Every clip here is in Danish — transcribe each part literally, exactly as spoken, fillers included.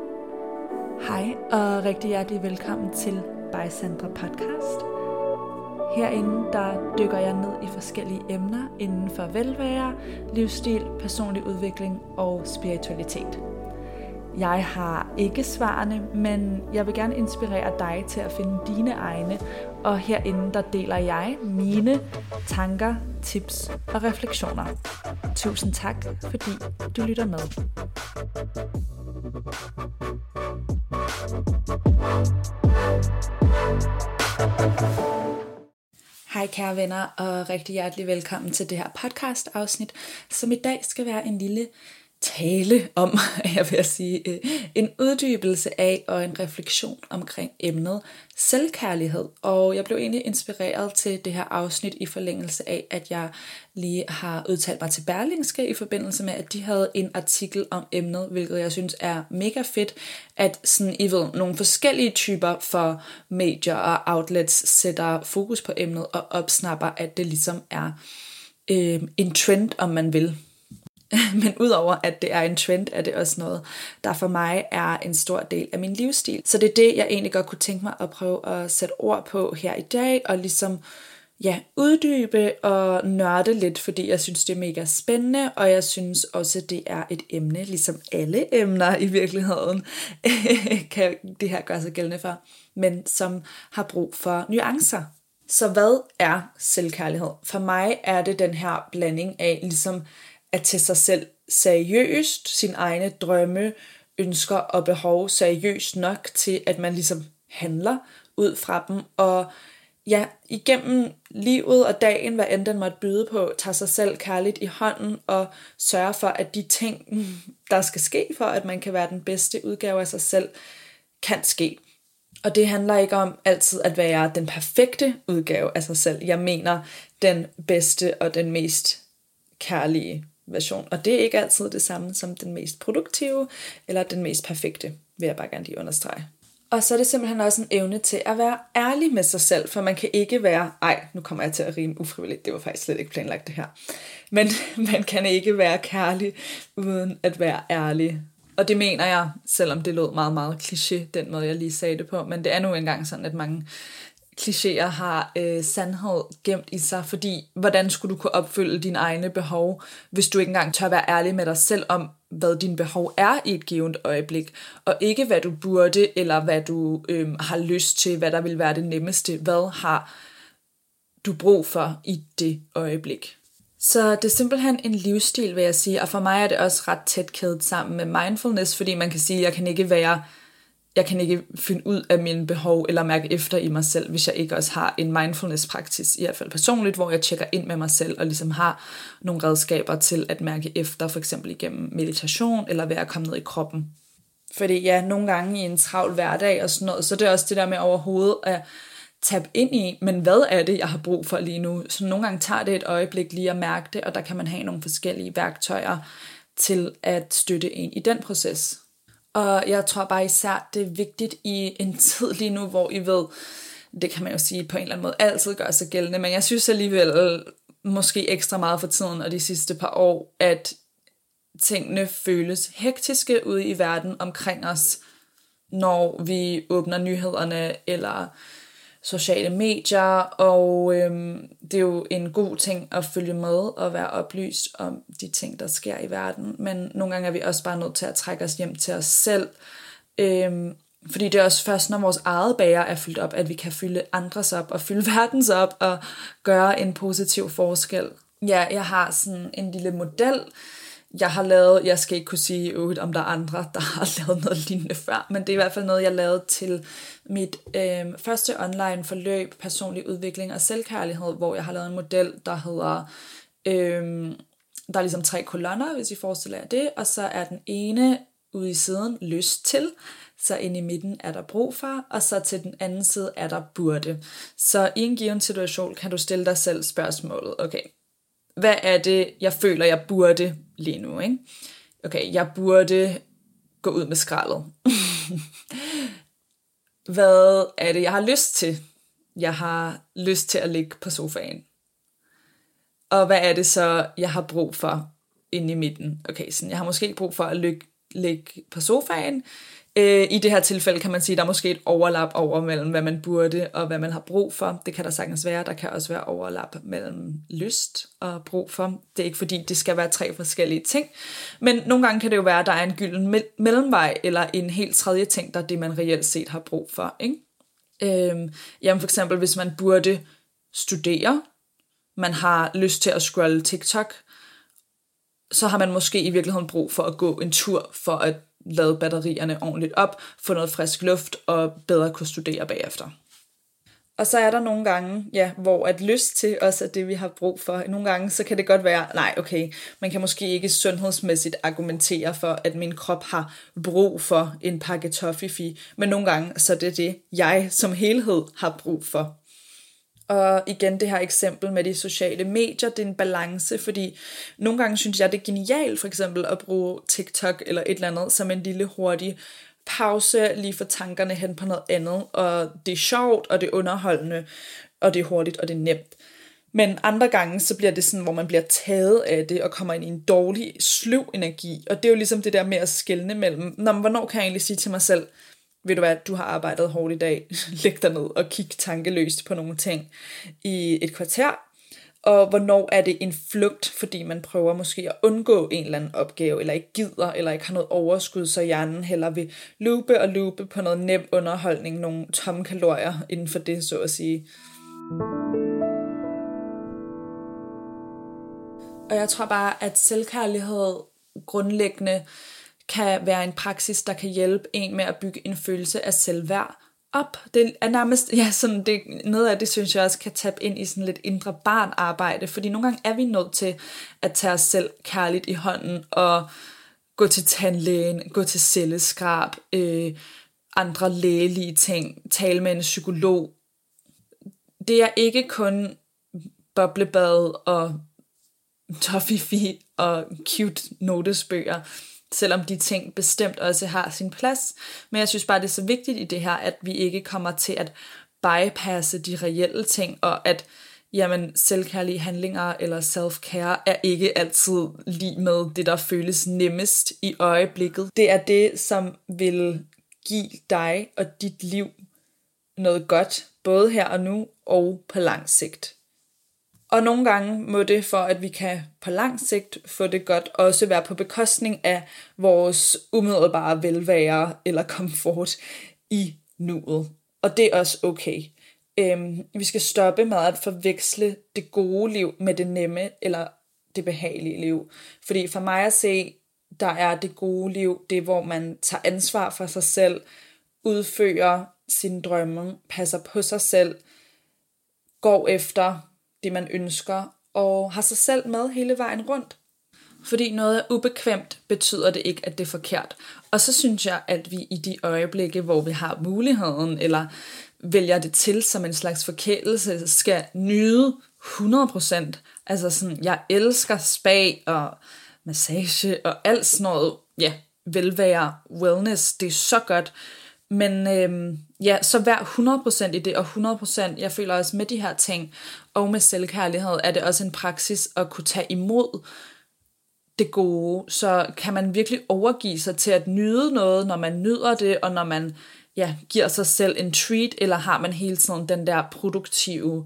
Hej og rigtig hjertelig velkommen til By Sandra Podcast. Herinde der dykker jeg ned i forskellige emner inden for velvære, livsstil, personlig udvikling og spiritualitet. Jeg har ikke svarene, men jeg vil gerne inspirere dig til at finde dine egne, og herinde der deler jeg mine tanker, tips og refleksioner. Tusind tak, fordi du lytter med. Hej kære venner, og rigtig hjertelig velkommen til det her podcast afsnit, som i dag skal være en lille tale om, jeg vil sige, en uddybelse af og en refleksion omkring emnet selvkærlighed. Og jeg blev egentlig inspireret til det her afsnit i forlængelse af, at jeg lige har udtalt mig til Berlingske i forbindelse med, at de havde en artikel om emnet, hvilket jeg synes er mega fedt, at sådan, I ved, nogle forskellige typer for medier og outlets sætter fokus på emnet og opsnapper, at det ligesom er øh, en trend, om man vil. Men udover at det er en trend, er det også noget, der for mig er en stor del af min livsstil. Så det er det, jeg egentlig godt kunne tænke mig at prøve at sætte ord på her i dag, og ligesom ja, uddybe og nørde lidt, fordi jeg synes, det er mega spændende, og jeg synes også, det er et emne, ligesom alle emner i virkeligheden, kan det her gøre sig gældende for, men som har brug for nuancer. Så hvad er selvkærlighed? For mig er det den her blanding af ligesom at tage sig selv seriøst, sine egne drømme, ønsker og behov seriøst nok til, at man ligesom handler ud fra dem, og ja, igennem livet og dagen, hvad end den måtte byde på, tager sig selv kærligt i hånden og sørger for, at de ting, der skal ske for, at man kan være den bedste udgave af sig selv, kan ske. Og det handler ikke om altid at være den perfekte udgave af sig selv. Jeg mener den bedste og den mest kærlige version. Og det er ikke altid det samme som den mest produktive eller den mest perfekte, vil jeg bare gerne lige understrege. Og så er det simpelthen også en evne til at være ærlig med sig selv, for man kan ikke være, ej, nu kommer jeg til at rime ufrivilligt, det var faktisk slet ikke planlagt det her, men man kan ikke være kærlig uden at være ærlig. Og det mener jeg, selvom det lød meget, meget kliché, den måde jeg lige sagde det på, men det er nu engang sådan, at mange klichéer har øh, sandhed gemt i sig, fordi hvordan skulle du kunne opfylde dine egne behov, hvis du ikke engang tør være ærlig med dig selv om, hvad dine behov er i et givet øjeblik, og ikke hvad du burde, eller hvad du øh, har lyst til, hvad der vil være det nemmeste, hvad har du brug for i det øjeblik. Så det er simpelthen en livsstil, vil jeg sige, og for mig er det også ret tæt kædet sammen med mindfulness, fordi man kan sige, at jeg kan ikke være Jeg kan ikke finde ud af mine behov eller mærke efter i mig selv, hvis jeg ikke også har en mindfulness-praksis, i hvert fald personligt, hvor jeg tjekker ind med mig selv og ligesom har nogle redskaber til at mærke efter, for eksempel igennem meditation eller ved at komme ned i kroppen. Fordi ja, nogle gange i en travl hverdag og sådan noget, så det er også det der med overhovedet at tabe ind i, men hvad er det, jeg har brug for lige nu? Så nogle gange tager det et øjeblik lige at mærke det, og der kan man have nogle forskellige værktøjer til at støtte en i den proces. Og jeg tror bare især, det er vigtigt i en tid lige nu, hvor I ved, det kan man jo sige på en eller anden måde altid gør sig gældende, men jeg synes alligevel måske ekstra meget for tiden og de sidste par år, at tingene føles hektiske ude i verden omkring os, når vi åbner nyhederne eller sociale medier, og øhm, det er jo en god ting at følge med og være oplyst om de ting, der sker i verden, men nogle gange er vi også bare nødt til at trække os hjem til os selv, øhm, fordi det er også først, når vores eget bager er fyldt op, at vi kan fylde andres op og fylde verdens op og gøre en positiv forskel. Ja, jeg har sådan en lille model, jeg har lavet, jeg skal ikke kunne sige øvrigt, om der er andre, der har lavet noget lignende før, men det er i hvert fald noget, jeg lavede til mit øh, første online forløb, personlig udvikling og selvkærlighed, hvor jeg har lavet en model, der hedder, øh, der er ligesom tre kolonner, hvis I forestiller jer det, og så er den ene ude i siden lyst til, så inde i midten er der brug for, og så til den anden side er der burde. Så i en given situation kan du stille dig selv spørgsmålet, okay, hvad er det, jeg føler, jeg burde lige nu, ikke? Okay, jeg burde gå ud med skraldet. Hvad er det, jeg har lyst til? Jeg har lyst til at ligge på sofaen. Og hvad er det så, jeg har brug for inde i midten? Okay, så jeg har måske ikke brug for at ligge, ligge på sofaen. Øh, I det her tilfælde kan man sige, at der er måske et overlap over mellem, hvad man burde og hvad man har brug for. Det kan der sagtens være. Der kan også være overlap mellem lyst og brug for. Det er ikke fordi, det skal være tre forskellige ting. Men nogle gange kan det jo være, at der er en gylden me- mellemvej, eller en helt tredje ting, der er det, man reelt set har brug for. Ikke? Øh, jamen for eksempel, hvis man burde studere, man har lyst til at scrolle TikTok, så har man måske i virkeligheden brug for at gå en tur for at lade batterierne ordentligt op, få noget frisk luft og bedre kunne studere bagefter. Og så er der nogle gange, ja, hvor at lyst til også er det, vi har brug for. Nogle gange så kan det godt være, nej okay, man kan måske ikke sundhedsmæssigt argumentere for, at min krop har brug for en pakke toffifee, men nogle gange så er det det, jeg som helhed har brug for. Og igen det her eksempel med de sociale medier, det er en balance, fordi nogle gange synes jeg, det er genialt for eksempel at bruge TikTok eller et eller andet som en lille hurtig pause, lige for tankerne hen på noget andet, og det er sjovt, og det er underholdende, og det er hurtigt, og det er nemt. Men andre gange, så bliver det sådan, hvor man bliver taget af det, og kommer ind i en dårlig, sløv energi, og det er jo ligesom det der med at skelne mellem, Nå, men hvornår kan jeg egentlig sige til mig selv, ved du hvad, du har arbejdet hårdt i dag, læg dig ned og kig tankeløst på nogle ting i et kvarter, og hvornår er det en flugt, fordi man prøver måske at undgå en eller anden opgave, eller ikke gider, eller ikke har noget overskud, så hjernen heller vil loope og loope på noget nem underholdning, nogle tomme kalorier inden for det, så at sige. Og jeg tror bare, at selvkærlighed grundlæggende kan være en praksis, der kan hjælpe en med at bygge en følelse af selvværd op. Det er nærmest, ja, sådan det, noget af det, synes jeg også kan tabe ind i sådan lidt indre barnarbejde, fordi nogle gange er vi nødt til at tage os selv kærligt i hånden og gå til tandlægen, gå til celleskrab, øh, andre lægelige ting, tale med en psykolog. Det er ikke kun boblebad og toffifee og cute notesbøger, selvom de ting bestemt også har sin plads. Men jeg synes bare, det er så vigtigt i det her, at vi ikke kommer til at bypasse de reelle ting, og at jamen, selvkærlige handlinger eller self-care er ikke altid lige med det, der føles nemmest i øjeblikket. Det er det, som vil give dig og dit liv noget godt, både her og nu og på lang sigt. Og nogle gange må det, for at vi kan på lang sigt få det godt, også være på bekostning af vores umiddelbare velvære eller komfort i nuet. Og det er også okay. Øhm, vi skal stoppe med at forveksle det gode liv med det nemme eller det behagelige liv. Fordi for mig at se, der er det gode liv, det hvor man tager ansvar for sig selv, udfører sine drømme, passer på sig selv, går efter det man ønsker, og har sig selv med hele vejen rundt. Fordi noget er ubekvemt, betyder det ikke, at det er forkert. Og så synes jeg, at vi i de øjeblikke, hvor vi har muligheden, eller vælger det til som en slags forkælelse, skal nyde hundrede procent. Altså sådan, jeg elsker spa og massage og alt sådan noget, ja, velvære, wellness, det er så godt. Men øhm, ja, så vær hundrede procent i det, og hundrede procent, jeg føler også med de her ting, og med selvkærlighed, er det også en praksis at kunne tage imod det gode. Så kan man virkelig overgive sig til at nyde noget, når man nyder det, og når man ja, giver sig selv en treat, eller har man hele tiden den der produktive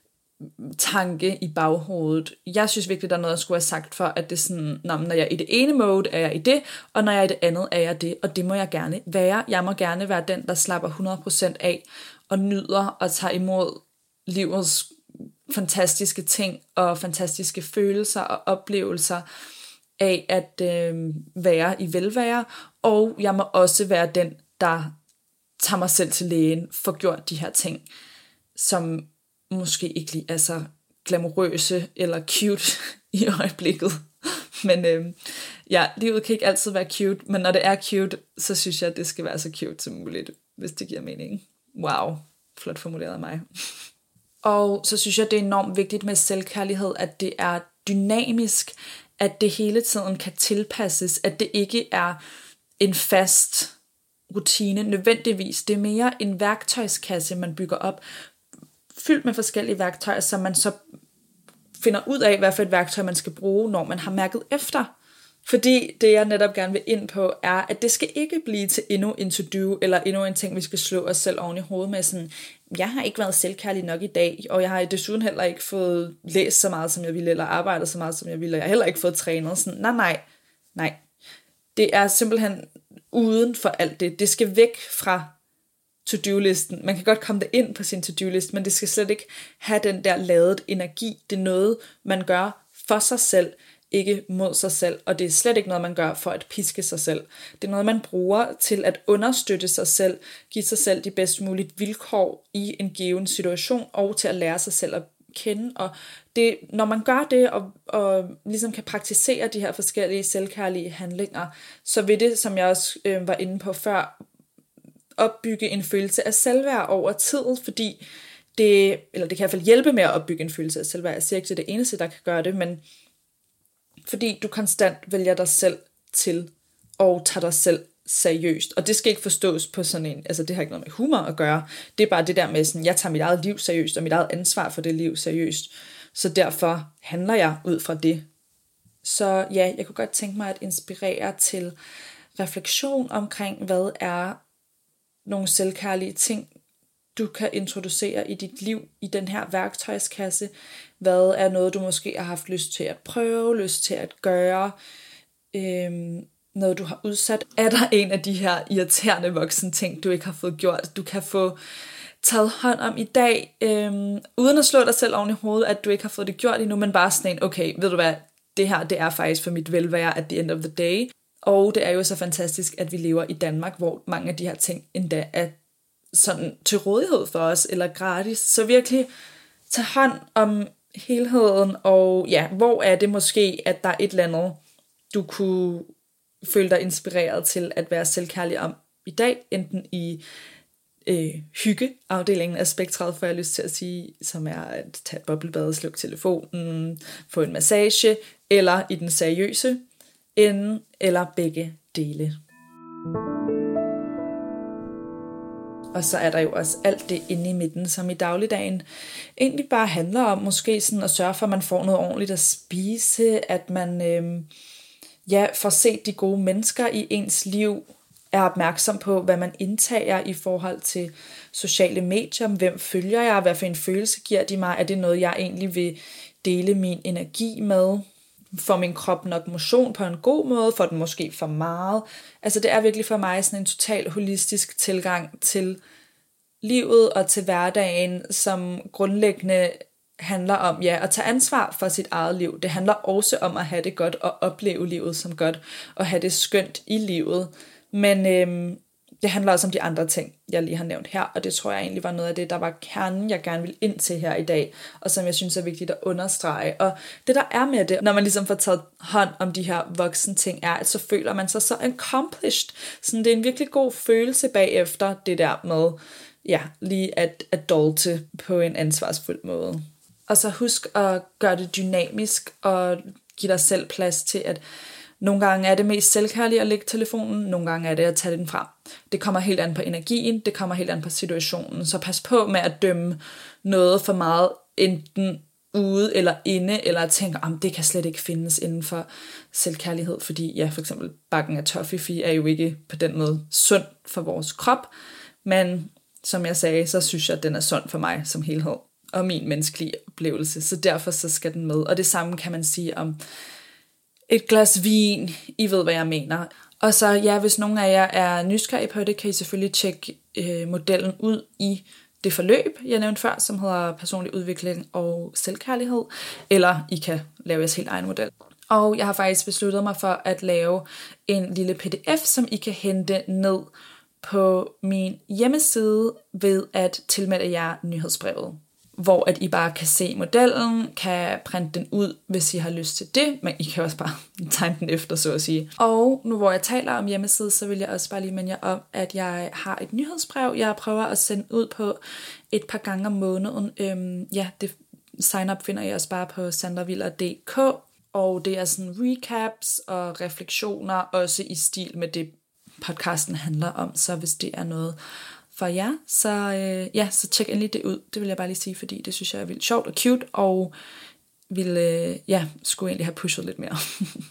tanke i baghovedet. Jeg synes virkelig, der er noget, jeg skulle have sagt for, at det er sådan, når jeg er i det ene mode, er jeg i det, og når jeg er i det andet, er jeg det, og det må jeg gerne være. Jeg må gerne være den, der slapper hundrede procent af, og nyder og tager imod livets fantastiske ting, og fantastiske følelser og oplevelser af at øh, være i velvære, og jeg må også være den, der tager mig selv til lægen, får gjort de her ting, som måske ikke lige er så glamourøse eller cute i øjeblikket. Men øh, ja, livet kan ikke altid være cute, men når det er cute, så synes jeg, at det skal være så cute som muligt, hvis det giver mening. Wow, flot formuleret af mig. Og så synes jeg, det er enormt vigtigt med selvkærlighed, at det er dynamisk, at det hele tiden kan tilpasses, at det ikke er en fast rutine nødvendigvis. Det er mere en værktøjskasse, man bygger op, fyldt med forskellige værktøjer, som man så finder ud af, hvad for et værktøj man skal bruge, når man har mærket efter. Fordi det, jeg netop gerne vil ind på, er, at det skal ikke blive til endnu en to-do, eller endnu en ting, vi skal slå os selv oven i hovedet med. Sådan, jeg har ikke været selvkærlig nok i dag, og jeg har desuden heller ikke fået læst så meget, som jeg ville, eller arbejdet så meget, som jeg ville, og jeg har heller ikke fået trænet. Sådan, nej, nej, nej. Det er simpelthen uden for alt det. Det skal væk fra to-do-listen. Man kan godt komme det ind på sin to-do-list, men det skal slet ikke have den der ladet energi. Det er noget, man gør for sig selv, ikke mod sig selv, og det er slet ikke noget, man gør for at piske sig selv. Det er noget, man bruger til at understøtte sig selv, give sig selv de bedst mulige vilkår i en given situation, og til at lære sig selv at kende. Og det, når man gør det, og, og ligesom kan praktisere de her forskellige selvkærlige handlinger, så vil det, som jeg også øh, var inde på før, opbygge en følelse af selvværd over tid, fordi det, eller det kan i hvert fald hjælpe med at opbygge en følelse af selvværd. Jeg siger ikke, det er det eneste, der kan gøre det, men fordi du konstant vælger dig selv til og tager dig selv seriøst. Og det skal ikke forstås på sådan en, altså det har ikke noget med humor at gøre. Det er bare det der med sådan, jeg tager mit eget liv seriøst, og mit eget ansvar for det liv seriøst. Så derfor handler jeg ud fra det. Så ja, jeg kunne godt tænke mig at inspirere til refleksion omkring, hvad er nogle selvkærlige ting, du kan introducere i dit liv i den her værktøjskasse. Hvad er noget, du måske har haft lyst til at prøve, lyst til at gøre, øhm, noget du har udsat. Er der en af de her irriterende voksne ting, du ikke har fået gjort, du kan få taget hånd om i dag, øhm, uden at slå dig selv oven i hovedet, at du ikke har fået det gjort endnu, men bare sådan en, okay, ved du hvad, det her, det er faktisk for mit velvære at the end of the day. Og det er jo så fantastisk, at vi lever i Danmark, hvor mange af de her ting endda er sådan til rådighed for os, eller gratis. Så virkelig tage hånd om helheden, og ja, hvor er det måske, at der er et eller andet, du kunne føle dig inspireret til at være selvkærlig om i dag, enten i øh, hyggeafdelingen af spektret, for jeg har lyst til at sige, som er at tage et boblebad, slukke telefonen, få en massage, eller i den seriøse ende, eller begge dele. Og så er der jo også alt det inde i midten, som i dagligdagen egentlig bare handler om måske sådan at sørge for, at man får noget ordentligt at spise, at man øh, ja, får set de gode mennesker i ens liv, er opmærksom på, hvad man indtager i forhold til sociale medier, hvem følger jeg, hvad for en følelse giver de mig, er det noget, jeg egentlig vil dele min energi med, får min krop nok motion på en god måde, får den måske for meget. Altså det er virkelig for mig sådan en total holistisk tilgang til livet og til hverdagen, som grundlæggende handler om ja, at tage ansvar for sit eget liv. Det handler også om at have det godt og opleve livet som godt og have det skønt i livet. Men øhm, det handler også om de andre ting, jeg lige har nævnt her, og det tror jeg egentlig var noget af det, der var kernen, jeg gerne vil ind til her i dag, og som jeg synes er vigtigt at understrege. Og det der er med det, når man ligesom får taget hånd om de her voksne ting, er, at så føler man sig så accomplished. Sådan, det er en virkelig god følelse bagefter, det der med ja, lige at adulte på en ansvarsfuld måde. Og så husk at gøre det dynamisk, og give dig selv plads til, at nogle gange er det mest selvkærligt at lægge telefonen, nogle gange er det at tage den frem. Det kommer helt an på energien, det kommer helt an på situationen, så pas på med at dømme noget for meget enten ude eller inde, eller at tænke, om det kan slet ikke findes inden for selvkærlighed, fordi ja, for eksempel bakken af toffifee er jo ikke på den måde sund for vores krop, men som jeg sagde, så synes jeg, at den er sund for mig som helhed, og min menneskelige oplevelse, så derfor så skal den med. Og det samme kan man sige om et glas vin, I ved, hvad jeg mener. Og så ja, hvis nogen af jer er nysgerrige på det, kan I selvfølgelig tjekke øh, modellen ud i det forløb, jeg nævnte før, som hedder personlig udvikling og selvkærlighed, eller I kan lave jeres helt egen model. Og jeg har faktisk besluttet mig for at lave en lille pdf, som I kan hente ned på min hjemmeside ved at tilmelde jer nyhedsbrevet, hvor at I bare kan se modellen, kan printe den ud, hvis I har lyst til det, men I kan også bare tegne den efter, så at sige. Og nu hvor jeg taler om hjemmeside, så vil jeg også bare lige minde jer om, at jeg har et nyhedsbrev, jeg prøver at sende ud på et par gange om måneden. Øhm, ja, det sign-up finder jeg også bare på sandraviller punktum d k, og det er sådan recaps og refleksioner, også i stil med det, podcasten handler om, så hvis det er noget for jer, så øh, ja, så tjek endelig det ud. Det vil jeg bare lige sige, fordi det synes jeg er vildt sjovt og cute, og ville, øh, ja, skulle egentlig have pushet lidt mere.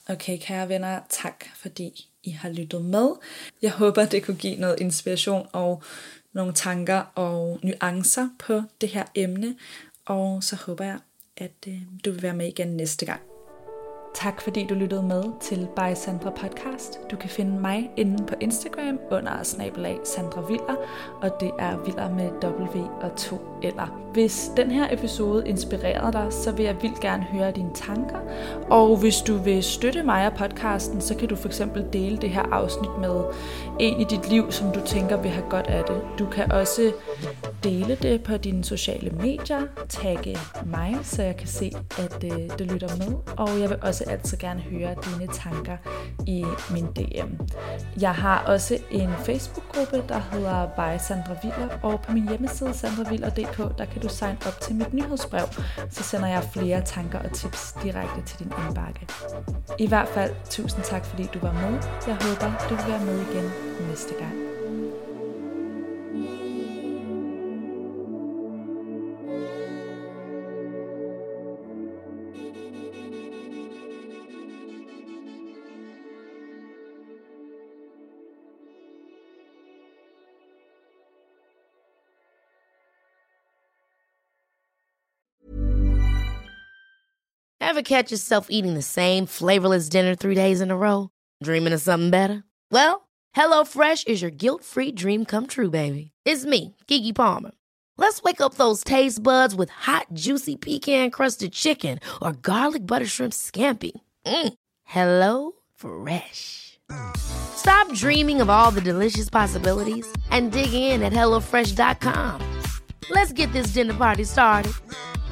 Okay, kære venner, tak fordi I har lyttet med. Jeg håber, det kunne give noget inspiration og nogle tanker og nuancer på det her emne. Og så håber jeg, at øh, du vil være med igen næste gang. Tak fordi du lyttede med til By Sandra Podcast. Du kan finde mig inde på Instagram under snabelag Sandra Viller, og det er Viller med W og to L'er. Hvis den her episode inspirerede dig, så vil jeg vildt gerne høre dine tanker. Og hvis du vil støtte mig og podcasten, så kan du for eksempel dele det her afsnit med en i dit liv, som du tænker vil have godt af det. Du kan også dele det på dine sociale medier, tagge mig, så jeg kan se, at øh, du lytter med. Og jeg vil også altid gerne høre dine tanker i min D M. Jeg har også en Facebook-gruppe, der hedder By Sandra Viller, og på min hjemmeside sandra viller punktum d k, der kan du signe op til mit nyhedsbrev, så sender jeg flere tanker og tips direkte til din indbakke. I hvert fald, tusind tak fordi du var med. Jeg håber, du vil være med igen næste gang. Ever catch yourself eating the same flavorless dinner three days in a row? Dreaming of something better? Well, HelloFresh is your guilt-free dream come true, baby. It's me, Keke Palmer. Let's wake up those taste buds with hot, juicy pecan-crusted chicken or garlic butter shrimp scampi. Mm. Hello Fresh. Stop dreaming of all the delicious possibilities and dig in at hello fresh dot com. Let's get this dinner party started.